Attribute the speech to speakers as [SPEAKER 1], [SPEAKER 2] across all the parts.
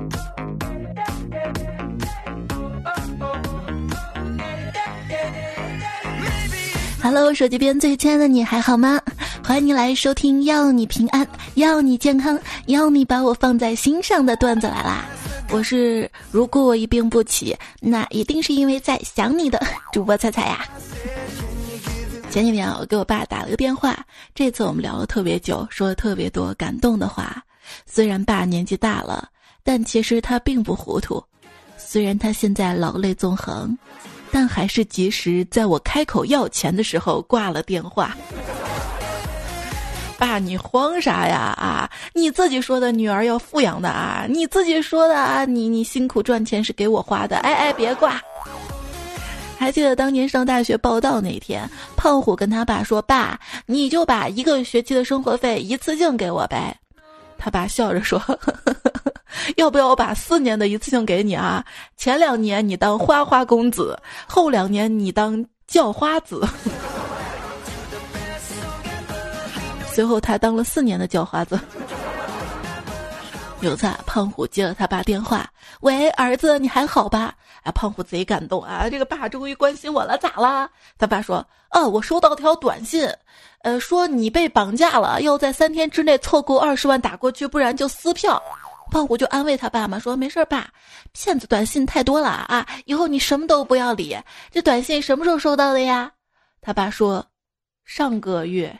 [SPEAKER 1] Hello， 手机边最亲爱的你还好吗？欢迎你来收听要你平安，要你健康，要你把我放在心上的段子来啦！我是如果我一病不起，那一定是因为在想你的主播彩彩呀。前几天我给我爸打了个电话，这次我们聊了特别久，说了特别多感动的话。虽然爸年纪大了，但其实他并不糊涂。虽然他现在老泪纵横，但还是及时在我开口要钱的时候挂了电话。爸，你慌啥呀？啊，你自己说的女儿要富养的啊，你自己说的啊，你辛苦赚钱是给我花的，哎，别挂。还记得当年上大学报到那天，胖虎跟他爸说：“爸，你就把1个学期的生活费一次性给我呗。”他爸笑着说：“呵呵呵，要不要我把4年的一次性给你啊？前2年你当花花公子，后2年你当叫花子。”随后他当了4年的叫花子。有次胖虎接了他爸电话：“喂，儿子，你还好吧？”胖虎贼感动啊，这个爸终于关心我了，咋啦？他爸说：“我收到条短信，说你被绑架了，要在3天之内凑够20万打过去，不然就撕票。”胖虎就安慰他爸嘛，说：“没事爸，骗子短信太多了啊，以后你什么都不要理。这短信什么时候收到的呀？”他爸说：“上个月。”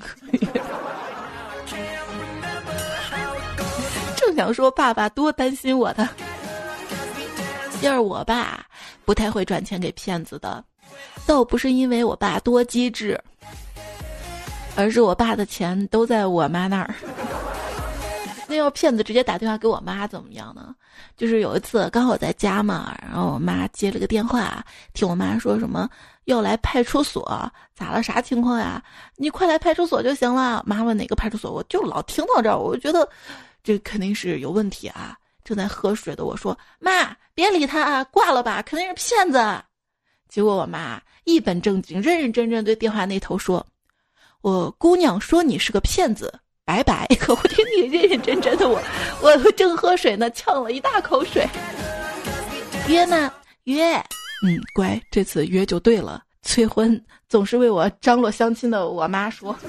[SPEAKER 1] 正想说爸爸多担心我的。要是我爸不太会转钱给骗子的，倒不是因为我爸多机智，而是我爸的钱都在我妈那儿。那要骗子直接打电话给我妈怎么样呢？就是有一次刚好在家嘛，然后我妈接了个电话，听我妈说什么要来派出所，咋了？啥情况呀？你快来派出所就行了。妈问哪个派出所，我就老听到这儿，我就觉得这肯定是有问题啊。正在喝水的我说：“妈，别理他啊，挂了吧，肯定是骗子。”结果我妈一本正经、认认真真对电话那头说：“我姑娘说你是个骗子，拜拜。”可我听你认认真真的，我正喝水呢，呛了一大口水。约呢？约。乖，这次约就对了。催婚总是为我张罗相亲的我妈说。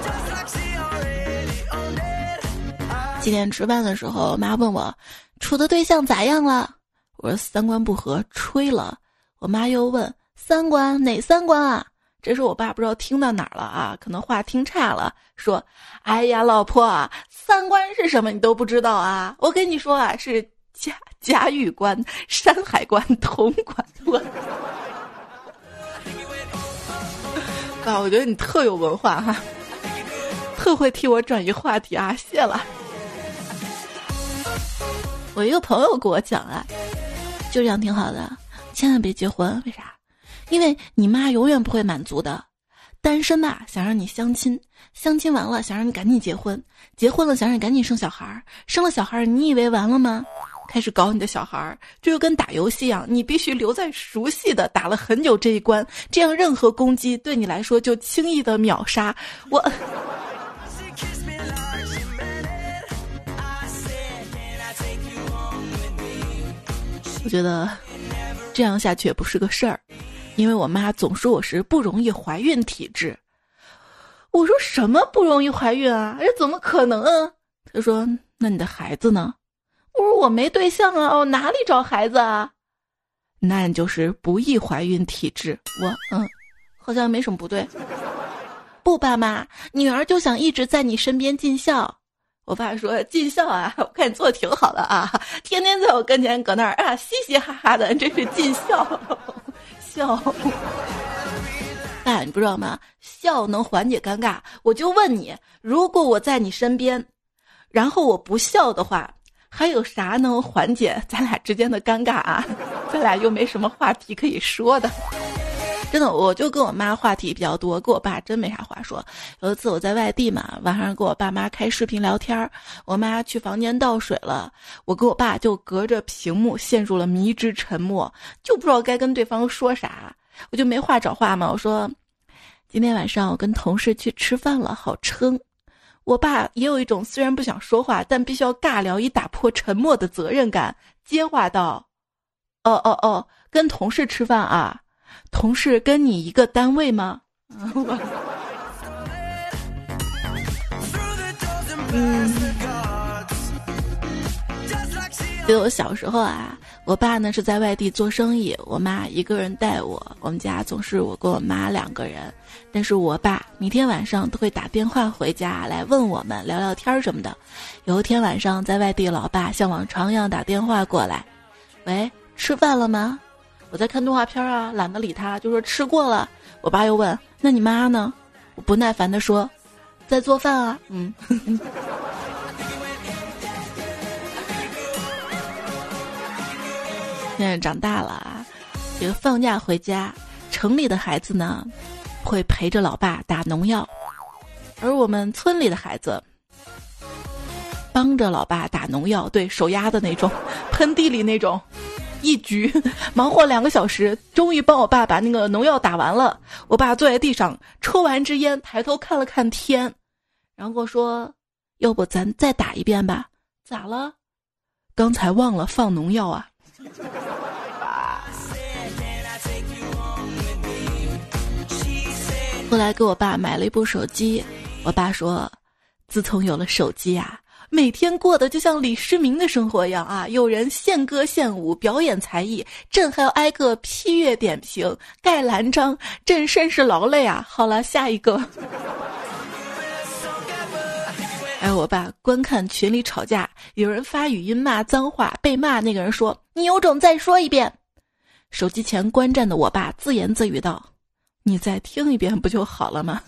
[SPEAKER 1] 今天吃饭的时候，妈问我处的对象咋样了？我说3观不合，吹了。我妈又问3观哪3观啊？这时我爸不知道听到哪儿了啊，可能话听差了，说：“哎呀，老婆，3观是什么你都不知道啊？我跟你说啊，是嘉峪关、山海关、潼关。”爸，我觉得你特有文化哈，特会替我转移话题啊，谢了。我一个朋友跟我讲啊，就这样挺好的，千万别结婚。为啥？因为你妈永远不会满足的。单身吧，想让你相亲，相亲完了想让你赶紧结婚，结婚了想让你赶紧生小孩，生了小孩你以为完了吗？开始搞你的小孩，这就跟打游戏一样，你必须留在熟悉的打了很久这一关，这样任何攻击对你来说就轻易的秒杀。我觉得这样下去也不是个事儿，因为我妈总说我是不容易怀孕体质。我说什么不容易怀孕啊？这怎么可能啊？她说那你的孩子呢？我说我没对象啊，我哪里找孩子啊？那你就是不易怀孕体质。好像没什么不对。不，爸妈，女儿就想一直在你身边尽孝。我爸说尽孝啊，我看你做的挺好的啊，天天在我跟前搁那儿啊嘻嘻哈哈的，真是尽孝。孝，爸，你不知道吗？孝能缓解尴尬。我就问你，如果我在你身边，然后我不孝的话，还有啥能缓解咱俩之间的尴尬啊？咱俩又没什么话题可以说的。真的，我就跟我妈话题比较多，跟我爸真没啥话说。有一次我在外地嘛，晚上跟我爸妈开视频聊天，我妈去房间倒水了，我跟我爸就隔着屏幕陷入了迷之沉默，就不知道该跟对方说啥，我就没话找话嘛。我说今天晚上我跟同事去吃饭了，好撑。 我爸也有一种虽然不想说话，但必须要尬聊以打破沉默的责任感，接话道：哦，跟同事吃饭啊？同事跟你一个单位吗？记得我小时候啊，我爸呢是在外地做生意，我妈一个人带我，我们家总是我跟我妈2个人。但是我爸每天晚上都会打电话回家来问我们聊聊天什么的。有一天晚上在外地，老爸像往常一样打电话过来，喂，吃饭了吗？我在看动画片啊，懒得理他，就说吃过了。我爸又问，那你妈呢？我不耐烦地说，在做饭啊。现在长大了啊，这个放假回家，城里的孩子呢会陪着老爸打农药，而我们村里的孩子帮着老爸打农药，对手压的那种，喷地里那种，一局忙活2个小时，终于帮我爸把那个农药打完了。我爸坐在地上抽完支烟，抬头看了看天，然后跟我说，要不咱再打一遍吧？咋了？刚才忘了放农药啊。后来给我爸买了一部手机，我爸说，自从有了手机啊，每天过得就像李世民的生活一样啊，有人献歌献舞表演才艺，朕还要挨个批阅点评盖蓝章，朕甚是劳累啊。好了，下一个。我爸观看群里吵架，有人发语音骂脏话，被骂那个人说，你有种再说一遍。手机前观战的我爸自言自语道，你再听一遍不就好了吗？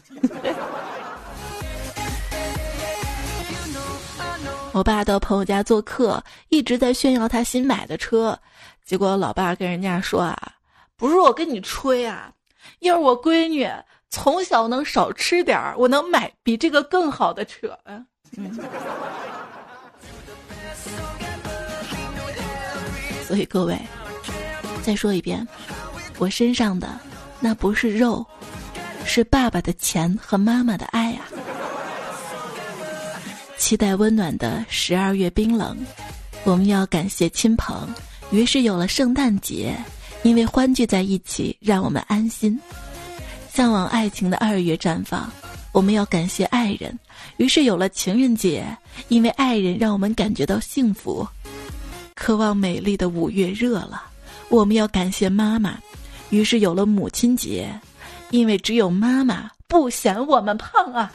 [SPEAKER 1] 我爸到朋友家做客，一直在炫耀他新买的车，结果老爸跟人家说啊，不是我跟你吹啊，要是我闺女从小能少吃点儿，我能买比这个更好的车。所以各位，再说一遍，我身上的那不是肉，是爸爸的钱和妈妈的爱啊。期待温暖的12月冰冷，我们要感谢亲朋，于是有了圣诞节，因为欢聚在一起让我们安心。向往爱情的2月绽放，我们要感谢爱人，于是有了情人节，因为爱人让我们感觉到幸福。渴望美丽的5月热了，我们要感谢妈妈，于是有了母亲节，因为只有妈妈不嫌我们胖啊。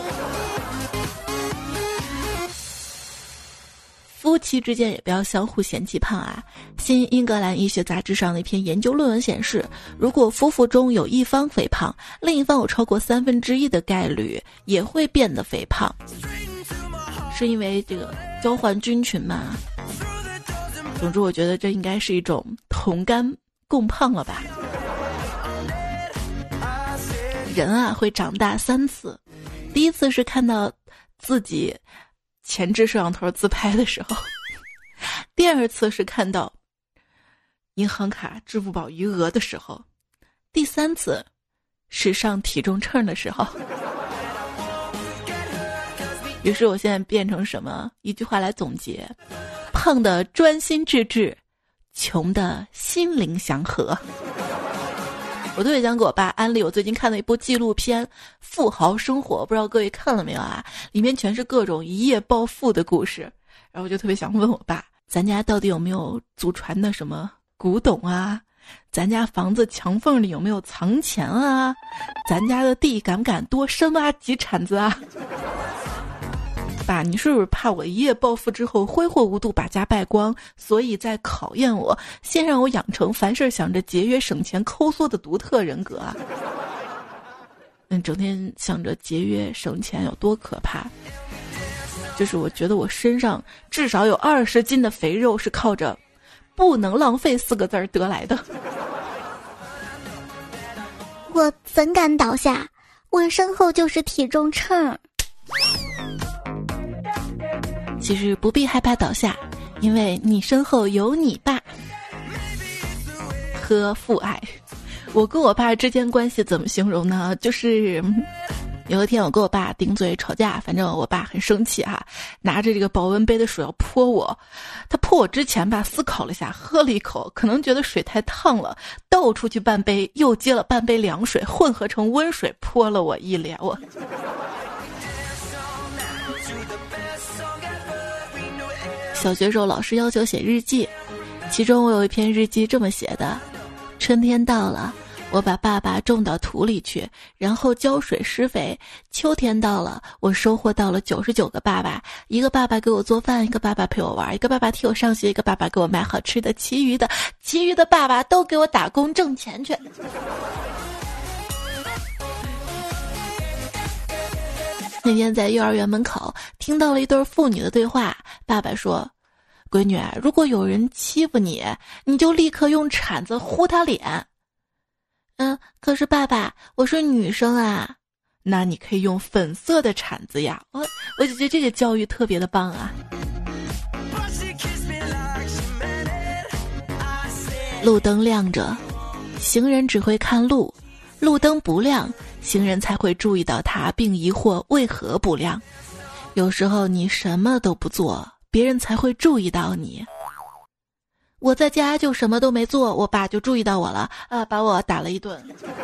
[SPEAKER 1] 夫妻之间也不要相互嫌弃胖啊！新英格兰医学杂志上的一篇研究论文显示，如果夫妇中有一方肥胖，另一方有超过1/3的概率也会变得肥胖，是因为这个交换菌群嘛？总之，我觉得这应该是一种同甘共胖了吧？人啊，会长大3次，第一次是看到自己前置摄像头自拍的时候，第2次是看到银行卡支付宝余额的时候，第3次是上体重秤的时候。于是我现在变成什么一句话来总结，胖的专心致志，穷的心灵祥和。我特别想给我爸安利我最近看的一部纪录片《富豪生活》，不知道各位看了没有啊？里面全是各种一夜暴富的故事，然后我就特别想问我爸，咱家到底有没有祖传的什么古董啊？咱家房子墙缝里有没有藏钱啊？咱家的地敢不敢多深挖几铲子啊？爸，你是不是怕我一夜暴富之后挥霍无度把家败光，所以在考验我，先让我养成凡事想着节约省钱抠缩的独特人格啊？整天想着节约省钱有多可怕，就是我觉得我身上至少有20斤的肥肉是靠着不能浪费4个字得来的。
[SPEAKER 2] 我怎敢倒下，我身后就是体重秤。
[SPEAKER 1] 其实不必害怕倒下，因为你身后有你爸和父爱。我跟我爸之间关系怎么形容呢？就是有一天我跟我爸顶嘴吵架，反正我爸很生气哈，拿着这个保温杯的水要泼我。他泼我之前吧，思考了一下，喝了一口，可能觉得水太烫了，倒出去半杯，又接了半杯凉水，混合成温水泼了我一脸。小学时候老师要求写日记，其中我有一篇日记这么写的：春天到了，我把爸爸种到土里去，然后浇水施肥。秋天到了，我收获到了99个爸爸，一个爸爸给我做饭，一个爸爸陪我玩，一个爸爸替我上学，一个爸爸给我买好吃的，其余的爸爸都给我打工挣钱去。那天在幼儿园门口听到了一对父女的对话，爸爸说：闺女，如果有人欺负你，你就立刻用铲子呼他脸。可是爸爸，我是女生啊。那你可以用粉色的铲子呀。我就觉得这个教育特别的棒啊。路灯亮着，行人只会看路；路灯不亮，行人才会注意到它，并疑惑为何不亮。有时候你什么都不做，别人才会注意到你。我在家就什么都没做，我爸就注意到我了把我打了一顿。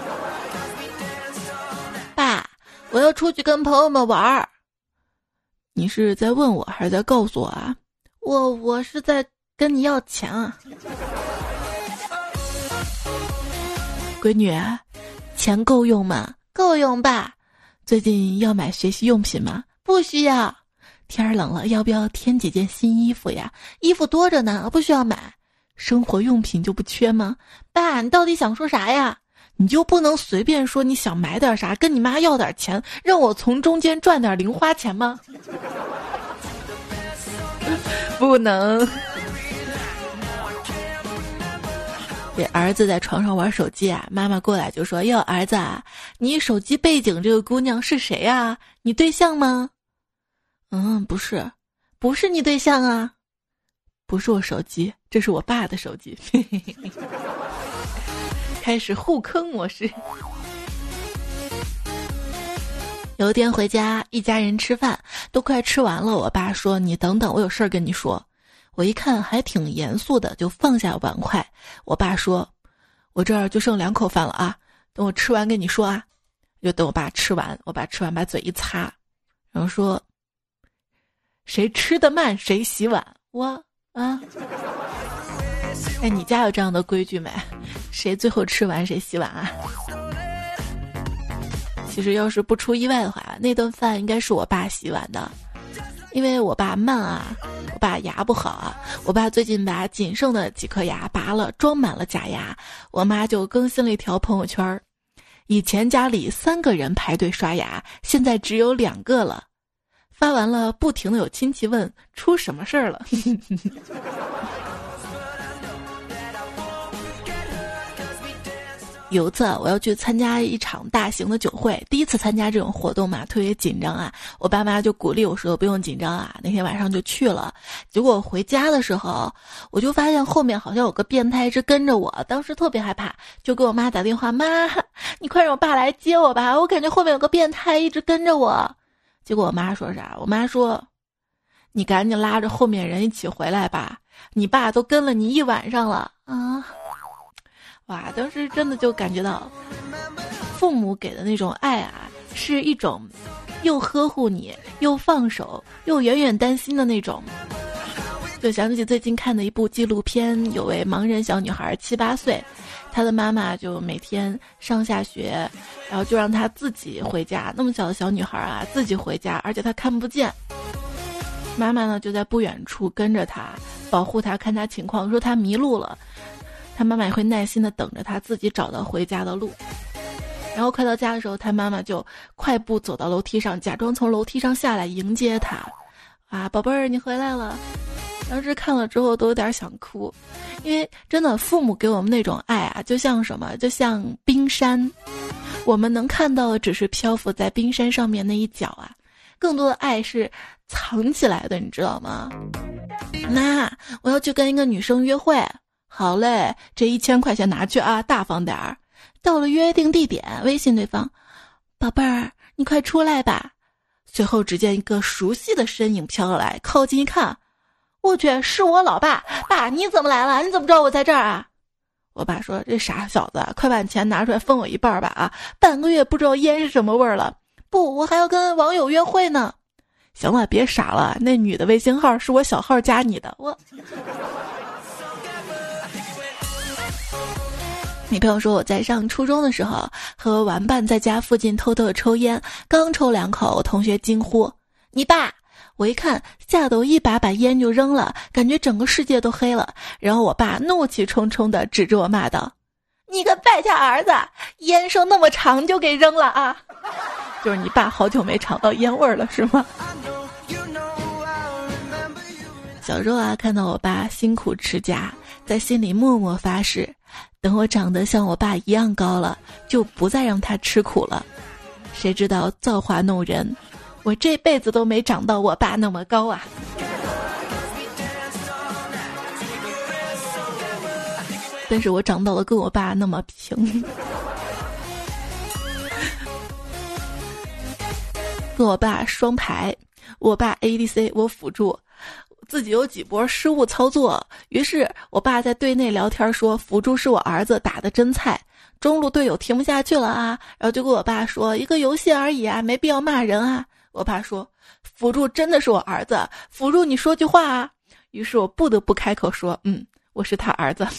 [SPEAKER 1] 爸，我要出去跟朋友们玩。你是在问我还是在告诉我啊？我是在跟你要钱啊。闺女，钱够用吗？够用吧。最近要买学习用品吗？不需要。天冷了，要不要添几件新衣服呀？衣服多着呢，不需要买。生活用品就不缺吗？爸，你到底想说啥呀？你就不能随便说你想买点啥，跟你妈要点钱，让我从中间赚点零花钱吗？不能。这儿子在床上玩手机啊，妈妈过来就说：哟，儿子啊，你手机背景这个姑娘是谁啊？你对象吗？不是你对象啊。不是我手机，这是我爸的手机。开始互坑模式。有一天回家，一家人吃饭，都快吃完了，我爸说：你等等，我有事儿跟你说。我一看还挺严肃的，就放下碗筷。我爸说：我这儿就剩2口饭了啊，等我吃完跟你说啊。就等我爸吃完，我爸吃完把嘴一擦，然后说：谁吃得慢谁洗碗。哎，你家有这样的规矩没？谁最后吃完谁洗碗啊？其实要是不出意外的话，那顿饭应该是我爸洗碗的，因为我爸慢啊，我爸牙不好啊，我爸最近把仅剩的几颗牙拔了，装满了假牙，我妈就更新了一条朋友圈：以前家里3个人排队刷牙，现在只有2个了。发完了，不停的有亲戚问出什么事儿了。有一次我要去参加一场大型的酒会，第一次参加这种活动嘛，特别紧张啊。我爸妈就鼓励我说不用紧张啊，那天晚上就去了。结果我回家的时候，我就发现后面好像有个变态一直跟着我，当时特别害怕，就给我妈打电话：妈，你快让我爸来接我吧，我感觉后面有个变态一直跟着我。结果我妈说啥？我妈说：你赶紧拉着后面人一起回来吧，你爸都跟了你1晚上了啊！哇，当时真的就感觉到父母给的那种爱啊，是一种又呵护你又放手又远远担心的那种。就想起最近看的一部纪录片，有位盲人小女孩7、8岁，她的妈妈就每天上下学，然后就让她自己回家，那么小的小女孩啊，自己回家，而且她看不见。妈妈呢就在不远处跟着她，保护她，看她情况，说她迷路了，她妈妈也会耐心的等着她自己找到回家的路。然后快到家的时候，她妈妈就快步走到楼梯上，假装从楼梯上下来迎接她。啊，宝贝儿，你回来了。当时看了之后都有点想哭，因为真的父母给我们那种爱啊，就像什么，就像冰山，我们能看到的只是漂浮在冰山上面那一角啊，更多的爱是藏起来的，你知道吗？那我要去跟一个女生约会，好嘞，这1000块钱拿去啊，大方点儿。到了约定地点，微信对方：宝贝儿， 你快出来吧。随后只见一个熟悉的身影飘来，靠近一看，我去，是我老爸。爸，你怎么来了？你怎么知道我在这儿啊？我爸说，这傻小子，快把钱拿出来分我一半吧啊！半个月不知道烟是什么味儿了。不，我还要跟网友约会呢。行了，别傻了，那女的微信号是我小号加你的。女朋友说，我在上初中的时候和玩伴在家附近偷偷的抽烟，刚抽2口，同学惊呼，你爸。我一看，吓得我一把烟就扔了，感觉整个世界都黑了。然后我爸怒气冲冲地指着我骂道，你个败家儿子，烟剩那么长就给扔了啊。就是你爸好久没尝到烟味了是吗？小时候啊，看到我爸辛苦持家，在心里默默发誓，等我长得像我爸一样高了，就不再让他吃苦了。谁知道造化弄人，我这辈子都没长到我爸那么高啊。但是我长到了跟我爸那么平。跟我爸双排，我爸 ADC 我辅助，自己有几波失误操作，于是我爸在队内聊天说辅助是我儿子打的真菜。中路队友听不下去了啊，然后就跟我爸说，一个游戏而已啊，没必要骂人啊。我爸说，辅助真的是我儿子，辅助你说句话啊。于是我不得不开口说，我是他儿子。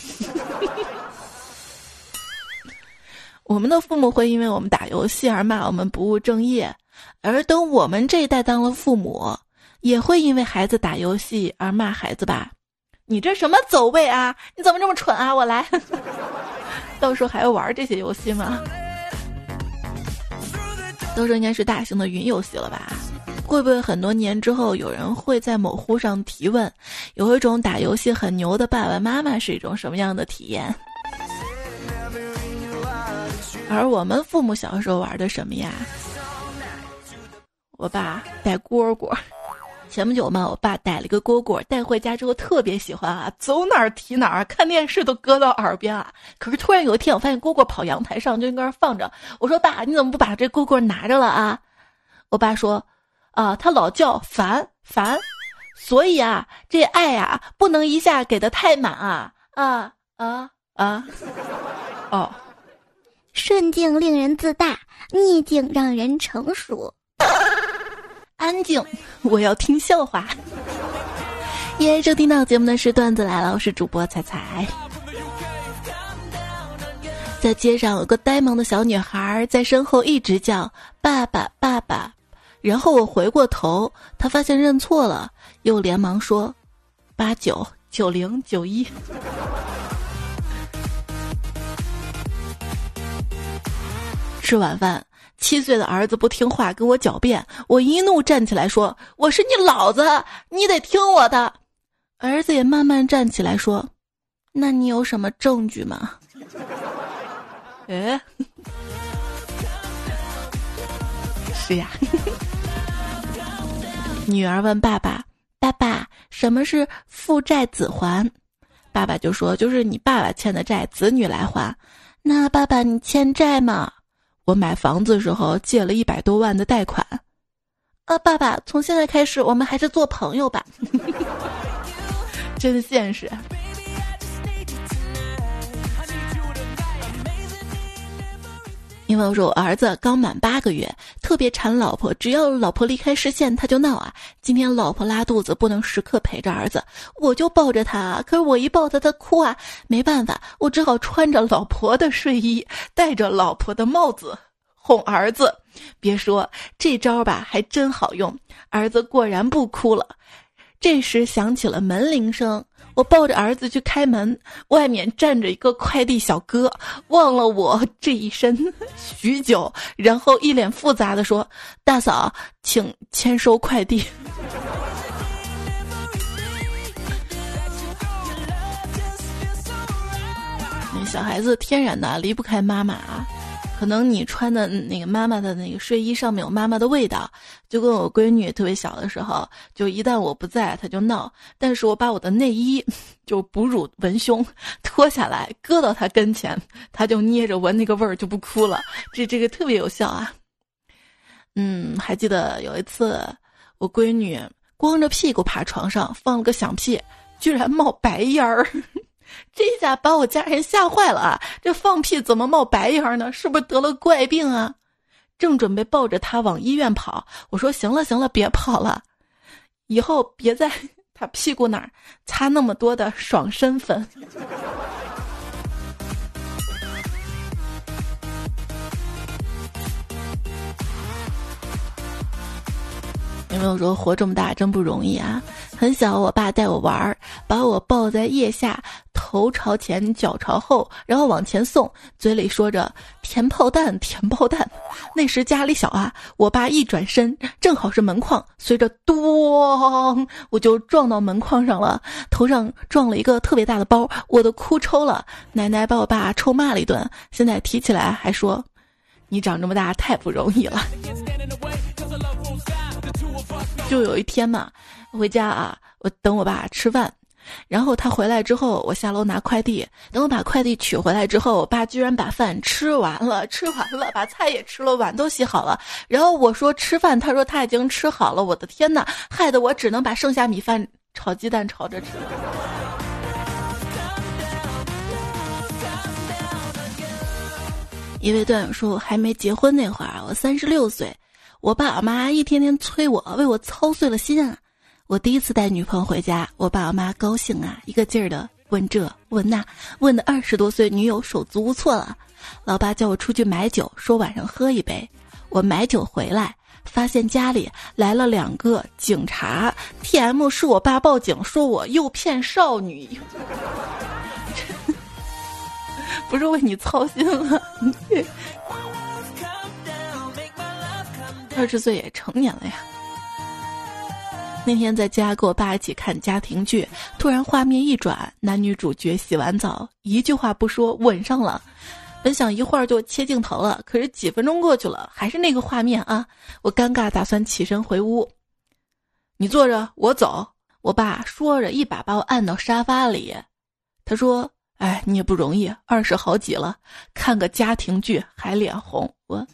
[SPEAKER 1] 我们的父母会因为我们打游戏而骂我们不务正业，而等我们这一代当了父母，也会因为孩子打游戏而骂孩子吧。你这什么走位啊，你怎么这么蠢啊，我来。到时候还要玩这些游戏吗？都说应该是大型的云游戏了吧？会不会很多年之后有人会在某乎上提问，有一种打游戏很牛的爸爸妈妈是一种什么样的体验？而我们父母小时候玩的什么呀？我爸带蝈蝈，前不久嘛，我爸带了一个蝈蝈带回家之后特别喜欢啊，走哪儿提哪儿，看电视都搁到耳边啊。可是突然有一天我发现蝈蝈跑阳台上就应该放着，我说爸，你怎么不把这蝈蝈拿着了啊？我爸说他老叫烦，所以啊这爱啊不能一下给的太满啊。哦，
[SPEAKER 2] 顺境令人自大，逆境让人成熟。
[SPEAKER 1] 安静，我要听笑话。收听到节目的是段子来了，我是主播彩彩。在街上有个呆萌的小女孩在身后一直叫爸爸爸爸，然后我回过头，她发现认错了，又连忙说89 90 91。吃晚饭，7岁的儿子不听话跟我狡辩，我一怒站起来说，我是你老子，你得听我的。儿子也慢慢站起来说，那你有什么证据吗？是呀。女儿问爸爸，爸爸，什么是父债子还？爸爸就说，就是你爸爸欠的债子女来还。那爸爸你欠债吗？我买房子的时候借了100多万的贷款。爸爸，从现在开始我们还是做朋友吧。真现实。因为我说我儿子刚满8个月，特别馋老婆，只要老婆离开视线他就闹啊。今天老婆拉肚子，不能时刻陪着儿子，我就抱着他，可是我一抱他哭啊，没办法，我只好穿着老婆的睡衣，戴着老婆的帽子哄儿子。别说这招吧还真好用，儿子果然不哭了。这时响起了门铃声，我抱着儿子去开门，外面站着一个快递小哥，望了我这一身许久，然后一脸复杂的说，大嫂请签收快递。那小孩子天然的离不开妈妈啊，可能你穿的那个妈妈的那个睡衣上面有妈妈的味道，就跟我闺女特别小的时候，就一旦我不在她就闹，但是我把我的内衣就哺乳文胸脱下来搁到她跟前，她就捏着闻那个味儿就不哭了，这个特别有效啊。 还记得有一次我闺女光着屁股爬床上放了个响屁，居然冒白烟儿。这下把我家人吓坏了啊！这放屁怎么冒白烟呢？是不是得了怪病啊？正准备抱着他往医院跑，我说行了，别跑了，以后别在他屁股那儿擦那么多的爽身粉。有没有说活这么大真不容易啊？很小我爸带我玩，把我抱在腋下，头朝前脚朝后，然后往前送，嘴里说着甜炮弹甜炮弹。那时家里小啊，我爸一转身正好是门框，随着咚我就撞到门框上了，头上撞了一个特别大的包，我都哭抽了。奶奶把我爸臭骂了一顿，现在提起来还说你长这么大太不容易了。就有一天嘛，回家啊，我等我爸吃饭，然后他回来之后，我下楼拿快递，等我把快递取回来之后，我爸居然把饭吃完了，把菜也吃了，碗都洗好了。然后我说吃饭，他说他已经吃好了，我的天哪，害得我只能把剩下米饭炒鸡蛋炒着吃。一位段友说，我还没结婚那会儿，我36岁，我爸我妈一天天催我，为我操碎了心啊。我第一次带女朋友回家，我爸我妈高兴啊，一个劲儿的问这问那，问的20多岁女友手足无措了。老爸叫我出去买酒，说晚上喝一杯。我买酒回来，发现家里来了2个警察 ，TM 是我爸报警说我诱骗少女。不是为你操心了。20岁也成年了呀。那天在家跟我爸一起看家庭剧，突然画面一转，男女主角洗完澡，一句话不说吻上了。本想一会儿就切镜头了，可是几分钟过去了，还是那个画面啊！我尴尬打算起身回屋。你坐着，我走。我爸说着一把把我按到沙发里，他说：“哎，你也不容易，20好几了，看个家庭剧还脸红。”我。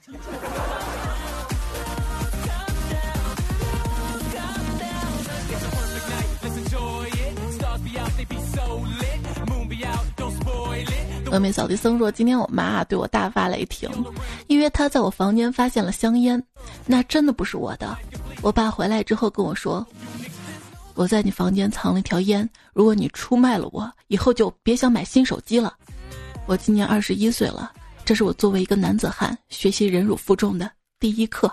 [SPEAKER 1] 峨眉扫地僧说，今天我妈对我大发雷霆，因为她在我房间发现了香烟，那真的不是我的。我爸回来之后跟我说，我在你房间藏了一条烟，如果你出卖了我，以后就别想买新手机了。我今年21岁了，这是我作为一个男子汉学习忍辱负重的第一课。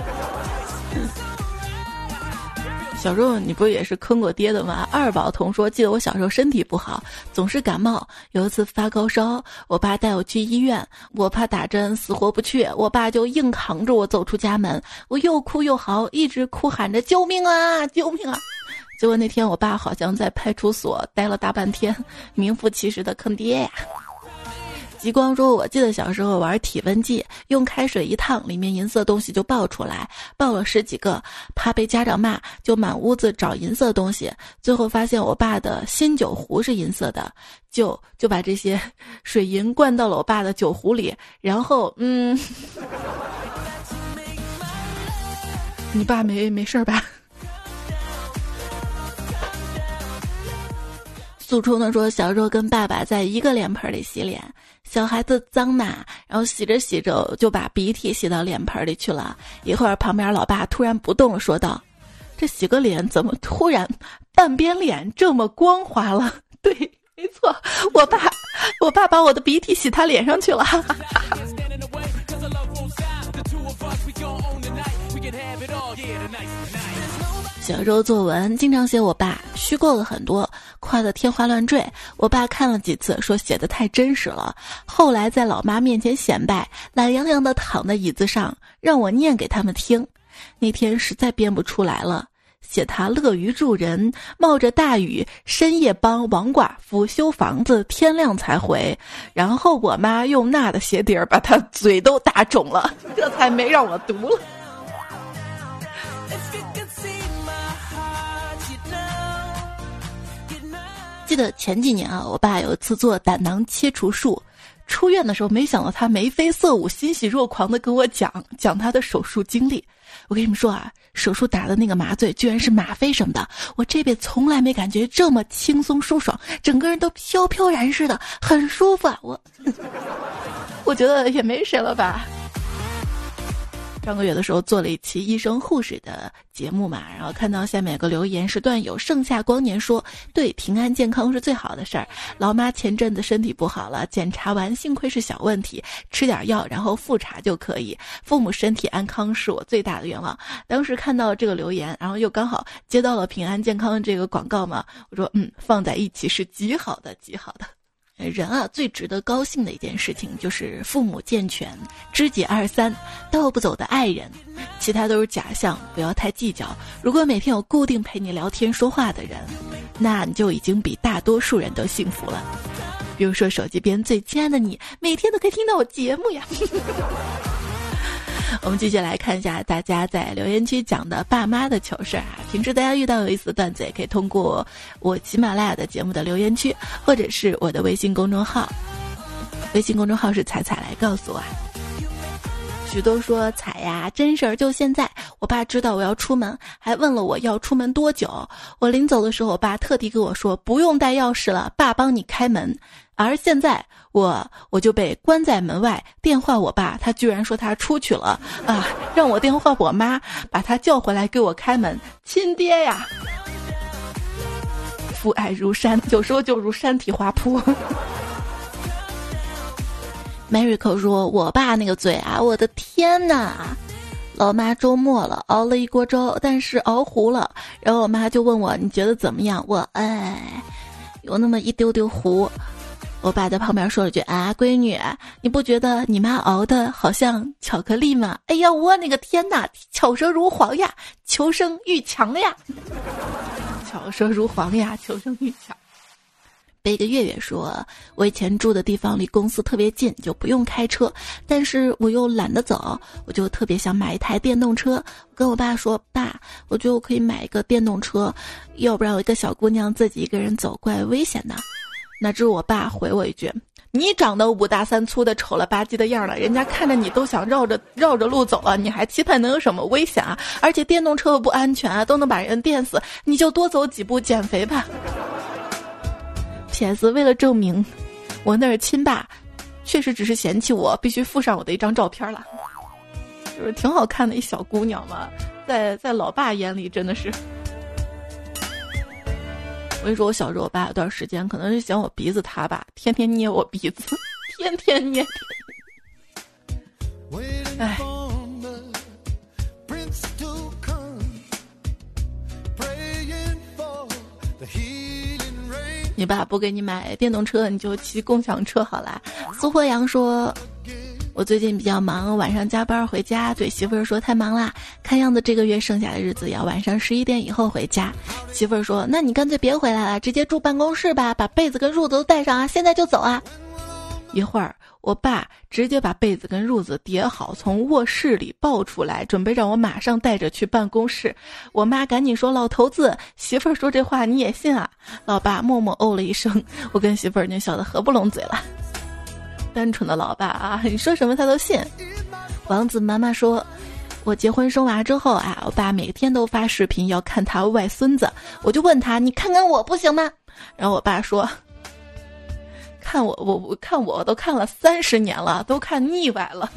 [SPEAKER 1] 小时候你不也是坑过爹的吗？二宝童说，记得我小时候身体不好，总是感冒，有一次发高烧，我爸带我去医院，我怕打针死活不去，我爸就硬扛着我走出家门，我又哭又嚎，一直哭喊着救命啊救命啊。结果那天我爸好像在派出所待了大半天，名副其实的坑爹呀。极光说，我记得小时候玩体温计，用开水一烫，里面银色东西就爆出来，爆了10几个，怕被家长骂，就满屋子找银色东西，最后发现我爸的新酒壶是银色的，就把这些水银灌到了我爸的酒壶里，然后你爸没事吧？苏冲的说，小时候跟爸爸在一个脸盆里洗脸，小孩子脏嘛，然后洗着洗着就把鼻涕洗到脸盆里去了。一会儿旁边老爸突然不动了，说道：“这洗个脸怎么突然半边脸这么光滑了？”对，没错，我爸把我的鼻涕洗他脸上去了。小时候作文经常写我爸，虚构了很多，夸得天花乱坠。我爸看了几次，说写得太真实了。后来在老妈面前显摆，懒洋洋地躺在椅子上，让我念给他们听。那天实在编不出来了，写他乐于助人，冒着大雨深夜帮王寡妇修房子，天亮才回。然后我妈用那的鞋底儿把他嘴都打肿了，这才没让我读了。记得前几年啊，我爸有一次做胆囊切除术， 出院的时候，没想到他眉飞色舞、欣喜若狂的跟我讲他的手术经历。我跟你们说啊，手术打的那个麻醉居然是吗啡什么的，我这辈子从来没感觉这么轻松舒爽，整个人都飘飘然似的，很舒服啊！我觉得也没谁了吧。上个月的时候做了一期医生护士的节目嘛，然后看到下面有个留言是段友盛夏光年说，对，平安健康是最好的事儿。老妈前阵子身体不好了，检查完幸亏是小问题，吃点药然后复查就可以。父母身体安康是我最大的愿望。当时看到这个留言，然后又刚好接到了平安健康这个广告嘛，我说放在一起是极好的极好的。人啊，最值得高兴的一件事情就是父母健全，知己二三，带不走的爱人，其他都是假象，不要太计较。如果每天有固定陪你聊天说话的人，那你就已经比大多数人都幸福了。比如说手机边最亲爱的你，每天都可以听到我节目呀。我们继续来看一下大家在留言区讲的爸妈的糗事儿啊。平时大家遇到有意思的段子，也可以通过我喜马拉雅的节目的留言区，或者是我的微信公众号。微信公众号是彩彩来告诉我。许多说彩呀，真事儿就现在。我爸知道我要出门，还问了我要出门多久。我临走的时候，我爸特地跟我说不用带钥匙了，爸帮你开门。而现在我就被关在门外，电话我爸，他居然说他出去了啊！让我电话我妈，把他叫回来给我开门。亲爹呀！父爱如山，有时候就如山体滑坡。Mariko 说，我爸那个嘴啊，我的天哪！老妈周末了，熬了一锅粥，但是熬糊了。然后我妈就问我，你觉得怎么样？我有那么一丢丢糊。我爸在旁边说了句啊，闺女，你不觉得你妈熬的好像巧克力吗？哎呀，我那个天哪，巧舌如簧呀，求生欲强呀。巧舌如簧呀，求生欲强。背个月月说，我以前住的地方离公司特别近，就不用开车，但是我又懒得走，我就特别想买一台电动车。我跟我爸说，爸，我觉得我可以买一个电动车，要不然我一个小姑娘自己一个人走怪危险的。哪知我爸回我一句，你长得5大3粗的丑了吧唧的样了，人家看着你都想绕着路走了，你还期盼能有什么危险啊？而且电动车又不安全啊，都能把人电死，你就多走几步减肥吧。PS 为了证明我那儿亲爸确实只是嫌弃我，必须附上我的一张照片了，就是挺好看的一小姑娘嘛，在老爸眼里真的是。我跟你说，我小时候我爸有段时间可能是嫌我鼻子塌吧，天天捏我鼻子，天天捏。哎，你爸不给你买电动车，你就骑共享车好啦。苏霍阳说，我最近比较忙，晚上加班回家，对媳妇儿说太忙啦，看样子这个月剩下的日子要晚上11点以后回家。媳妇儿说，那你干脆别回来了，直接住办公室吧，把被子跟褥子都带上啊，现在就走啊。一会儿我爸直接把被子跟褥子叠好，从卧室里抱出来，准备让我马上带着去办公室。我妈赶紧说，老头子，媳妇儿说这话你也信啊？老爸默默哦了一声，我跟媳妇儿就笑得合不拢嘴了。单纯的老爸啊，你说什么他都信。王子妈妈说，我结婚生娃之后啊，我爸每天都发视频要看他外孙子，我就问他，你看看我不行吗？然后我爸说，看我看我都看了30年了，都看腻歪了。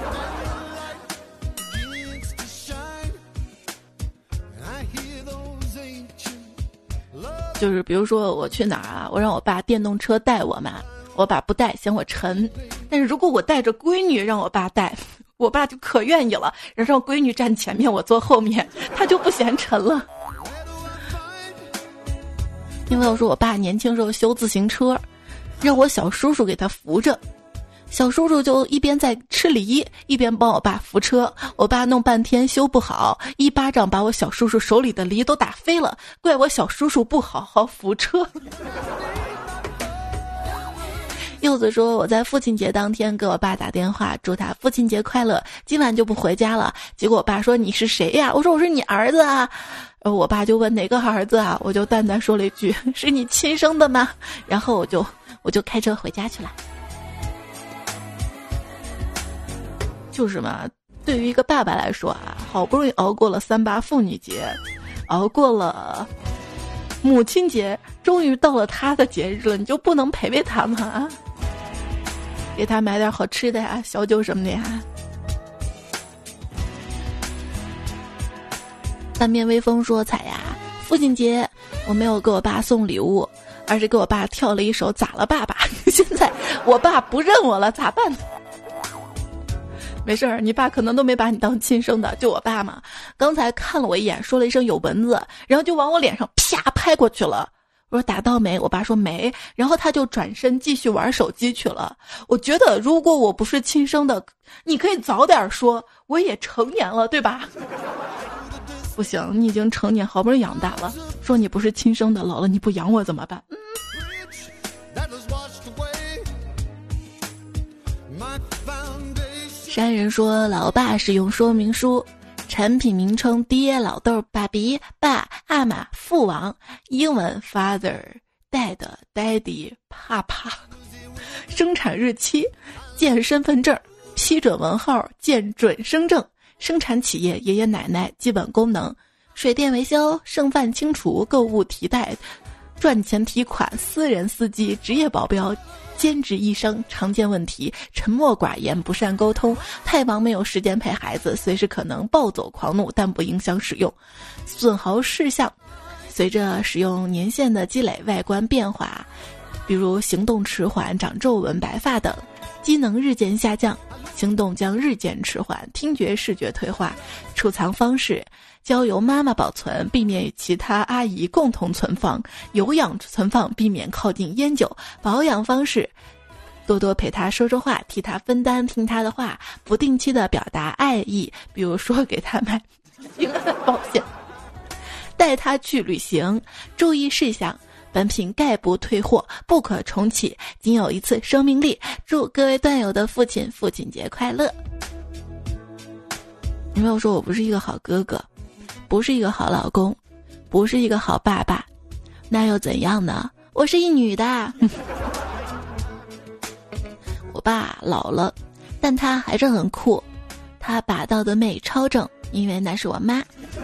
[SPEAKER 1] 就是比如说我去哪儿啊，我让我爸电动车带我嘛，我爸不带嫌我沉，但是如果我带着闺女让我爸带，我爸就可愿意了，让闺女站前面我坐后面，他就不嫌沉了。因为我说我爸年轻时候修自行车，让我小叔叔给他扶着，小叔叔就一边在吃梨一边帮我爸扶车，我爸弄半天修不好，一巴掌把我小叔叔手里的梨都打飞了，怪我小叔叔不好好扶车。柚子说，我在父亲节当天给我爸打电话祝他父亲节快乐，今晚就不回家了。结果我爸说，你是谁呀？我说我是你儿子啊。我爸就问哪个儿子啊，我就淡淡说了一句，是你亲生的吗？然后我就开车回家去了。 就是嘛，对于一个爸爸来说啊，好不容易熬过了3·8妇女节，熬过了母亲节，终于到了他的节日了，你就不能陪陪他吗？给他买点好吃的呀，小酒什么的呀。半面微风说：彩呀，父亲节我没有给我爸送礼物，而是给我爸跳了一首咋了爸爸。现在我爸不认我了，咋办呢？没事儿，你爸可能都没把你当亲生的，就我爸嘛。刚才看了我一眼，说了一声有蚊子，然后就往我脸上啪拍过去了。我说打到没？我爸说没，然后他就转身继续玩手机去了。我觉得如果我不是亲生的，你可以早点说，我也成年了，对吧？不行，你已经成年，好不容易养大了，说你不是亲生的，老了你不养我怎么办？山人说老爸使用说明书，产品名称爹、老豆、爸比、爸、阿玛、父王，英文 father、dad、daddy、爸爸，生产日期见身份证，批准文号见准生证，生产企业爷爷奶奶，基本功能水电维修，剩饭清除，购物提袋，赚钱提款，私人司机，职业保镖，兼职医生，常见问题沉默寡言，不善沟通，太忙没有时间陪孩子，随时可能暴走狂怒，但不影响使用，损耗事项随着使用年限的积累外观变化，比如行动迟缓、长皱纹、白发等，机能日渐下降，行动将日渐迟缓，听觉视觉退化，储藏方式交由妈妈保存，避免与其他阿姨共同存放，有氧存放，避免靠近烟酒，保养方式多多陪他说说话，替他分担，听他的话，不定期的表达爱意，比如说给他买平安保险，带他去旅行，注意事项本品概不退货，不可重启，仅有一次生命力。祝各位段友的父亲父亲节快乐。你没有说我不是一个好哥哥，不是一个好老公，不是一个好爸爸，那又怎样呢？我是一女的。我爸老了，但他还是很酷，他把到的妹超正，因为那是我妈。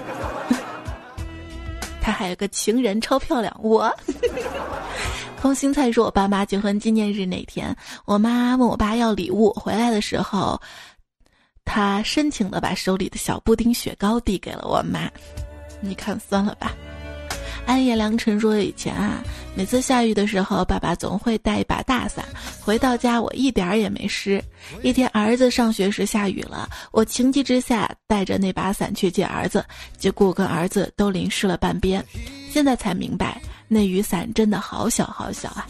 [SPEAKER 1] 他还有个情人超漂亮，我。空心菜说我爸妈结婚纪念日那天，我妈问我爸要礼物，回来的时候他深情地把手里的小布丁雪糕递给了我妈。你看酸了吧。暗夜良辰说以前啊，每次下雨的时候爸爸总会带一把大伞，回到家我一点儿也没湿。一天儿子上学时下雨了，我情急之下带着那把伞去接儿子，结果跟儿子都淋湿了半边。现在才明白那雨伞真的好小好小啊。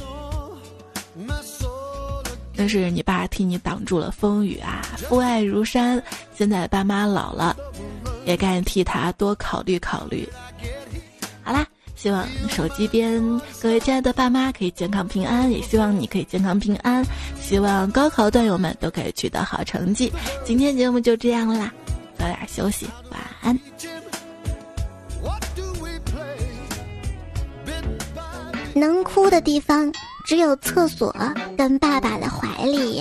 [SPEAKER 1] 但是你爸替你挡住了风雨啊，父爱如山。现在爸妈老了，也该替他多考虑考虑。好啦，希望手机边各位亲爱的爸妈可以健康平安，也希望你可以健康平安，希望高考段友们都可以取得好成绩。今天节目就这样啦，早点休息，晚安。
[SPEAKER 2] 能哭的地方只有厕所跟爸爸的怀里。